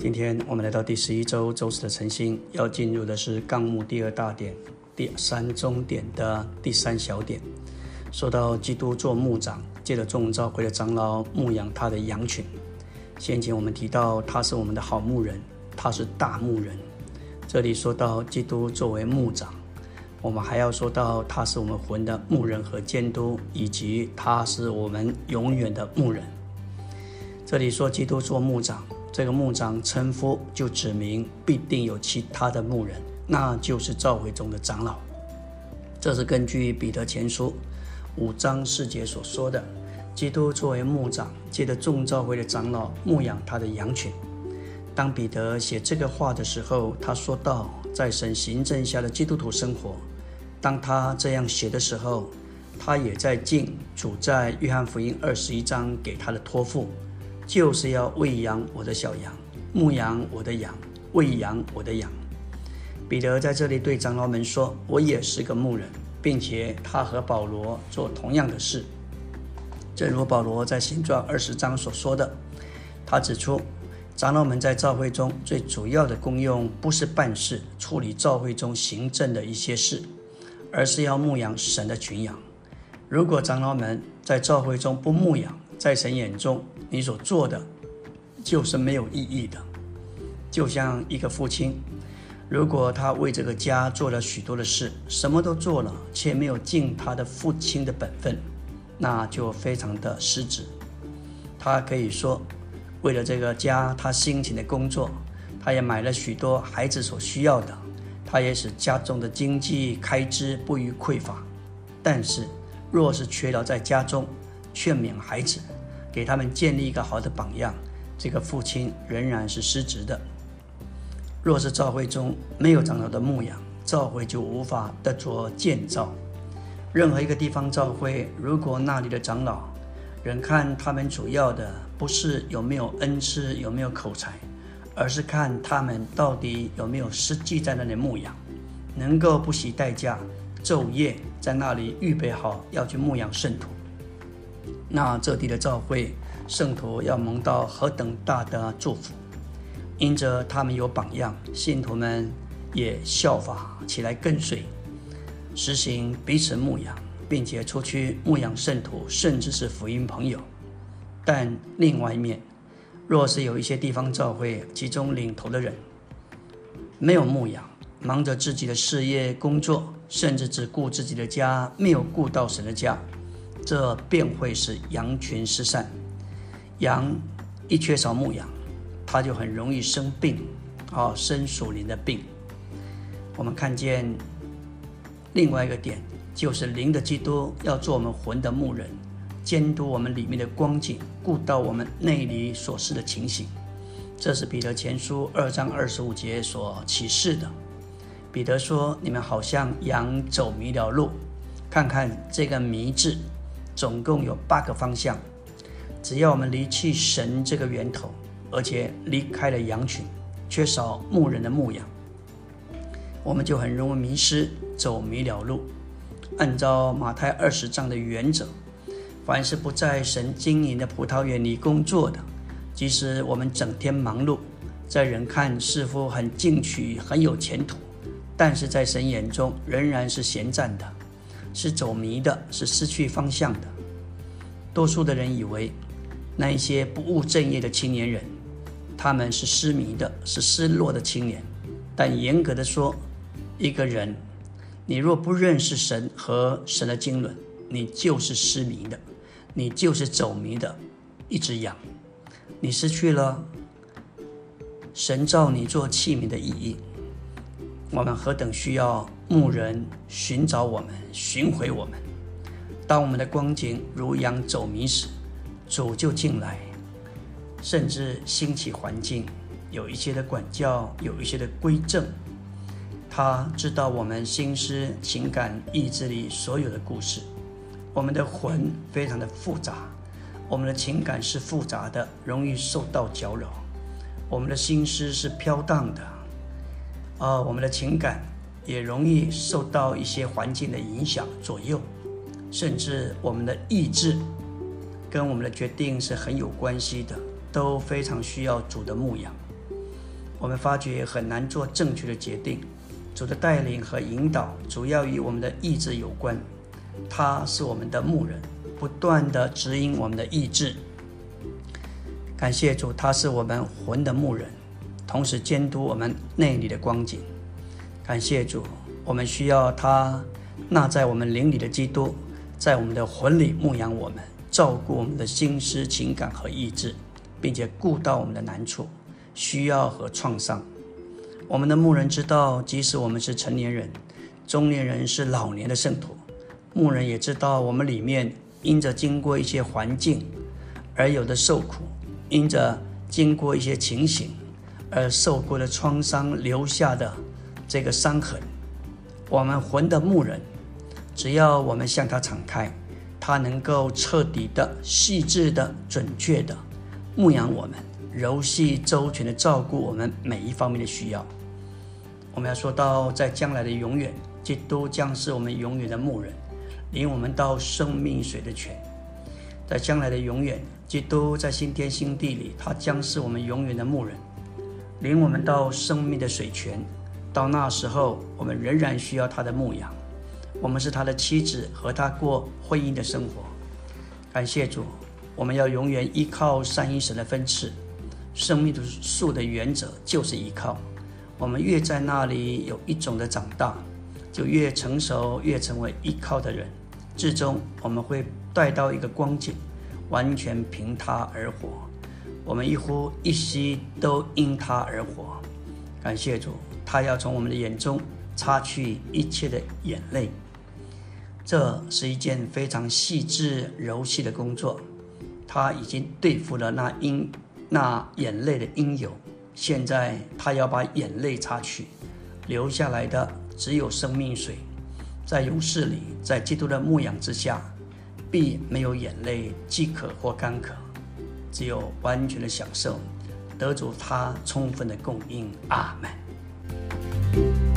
今天我们来到第11周周四的晨星，要进入的是纲目第2大点第3中点的第3小点。说到基督做牧长，借着众召会的长老牧养他的羊群。先前我们提到他是我们的好牧人，他是大牧人。这里说到基督作为牧长，我们还要说到他是我们魂的牧人和监督，以及他是我们永远的牧人。这里说基督做牧长，这个牧长称呼就指明必定有其他的牧人，那就是召会中的长老。这是根据彼得前书5章4节所说的，基督作为牧长，借着众召会的长老牧养他的羊群。当彼得写这个话的时候，他说到在神行政下的基督徒生活，当他这样写的时候，他也在尽主在约翰福音21章给他的托付，就是要喂养我的小羊，牧养我的羊，喂养我的羊。彼得在这里对长老们说，我也是个牧人，并且他和保罗做同样的事。正如保罗在行传20章所说的，他指出长老们在召会中最主要的功用不是办事处理召会中行政的一些事，而是要牧养神的群羊。如果长老们在召会中不牧养，在神眼中你所做的就是没有意义的。就像一个父亲，如果他为这个家做了许多的事，什么都做了，却没有尽他的父亲的本分，那就非常的失职。他可以说为了这个家他辛勤的工作，他也买了许多孩子所需要的，他也使家中的经济开支不予匮乏。但是若是缺少在家中劝勉孩子，给他们建立一个好的榜样，这个父亲仍然是失职的。若是召会中没有长老的牧养，召会就无法得着建造。任何一个地方召会，如果那里的长老人看他们主要的不是有没有恩赐，有没有口才，而是看他们到底有没有实际在那里牧养，能够不惜代价昼夜在那里预备好要去牧养圣徒，那这地的召会圣徒要蒙到何等大的祝福。因着他们有榜样，信徒们也效法起来跟随，实行彼此牧养，并且出去牧养圣徒，甚至是福音朋友。但另外一面，若是有一些地方召会其中领头的人没有牧养，忙着自己的事业工作，甚至只顾自己的家，没有顾到神的家，这便会使羊群失散。羊一缺少牧养，它就很容易生病，生属灵的病。我们看见另外一个点，就是灵的基督要做我们魂的牧人，监督我们里面的光景，顾到我们内里所示的情形。这是彼得前书2章25节所启示的。彼得说，你们好像羊走迷了路。看看这个迷字，总共有8个方向。只要我们离弃神这个源头，而且离开了羊群，缺少牧人的牧养，我们就很容易迷失，走迷了路。按照马太20章的原则，凡是不在神经营的葡萄园里工作的，即使我们整天忙碌，在人看似乎很进取，很有前途，但是在神眼中仍然是闲站的，是走迷的，是失去方向的。多数的人以为那一些不务正业的青年人，他们是失迷的，是失落的青年。但严格的说，一个人你若不认识神和神的经纶，你就是失迷的，你就是走迷的一只羊。你失去了神造你做器皿的意义。我们何等需要牧人寻找我们，寻回我们。当我们的光景如羊走迷时，主就进来，甚至兴起环境，有一些的管教，有一些的规正。他知道我们心思、情感、意志里所有的故事。我们的魂非常的复杂，我们的情感是复杂的，容易受到搅扰。我们的心思是飘荡的，我们的情感也容易受到一些环境的影响左右，甚至我们的意志跟我们的决定是很有关系的，都非常需要主的牧养。 我们发觉很难做正确的决定。主的带领和引导主要与我们的意志有关，他是我们的牧人，不断地指引我们的意志。感谢主，他是我们魂的牧人，同时监督我们内里的光景。感谢主，我们需要他纳在我们灵里的基督，在我们的魂里牧养我们，照顾我们的心思情感和意志，并且顾到我们的难处、需要和创伤。我们的牧人知道，即使我们是成年人、中年人，是老年的圣徒，牧人也知道我们里面因着经过一些环境而有的受苦，因着经过一些情形而受过的创伤留下的这个伤痕。我们魂的牧人，只要我们向他敞开，他能够彻底的、细致的、准确的牧养我们，柔细周全的照顾我们每一方面的需要。我们要说到，在将来的永远，基督将是我们永远的牧人，领我们到生命水的泉。在将来的永远，基督在新天新地里，他将是我们永远的牧人，领我们到生命的水泉。到那时候，我们仍然需要他的牧养，我们是他的妻子，和他过婚姻的生活。感谢主，我们要永远依靠三一神的分赐。生命树的原则就是依靠，我们越在那里有一种的长大，就越成熟，越成为依靠的人。至终我们会带到一个光景，完全凭他而活，我们一呼一吸都因他而活。感谢主，他要从我们的眼中擦去一切的眼泪。这是一件非常细致柔细的工作，他已经对付了那眼泪的因由，现在他要把眼泪擦去，留下来的只有生命水。在勇士里，在基督的牧养之下，必没有眼泪、饥渴或干渴，只有完全的享受，得主他充分的供应。阿们。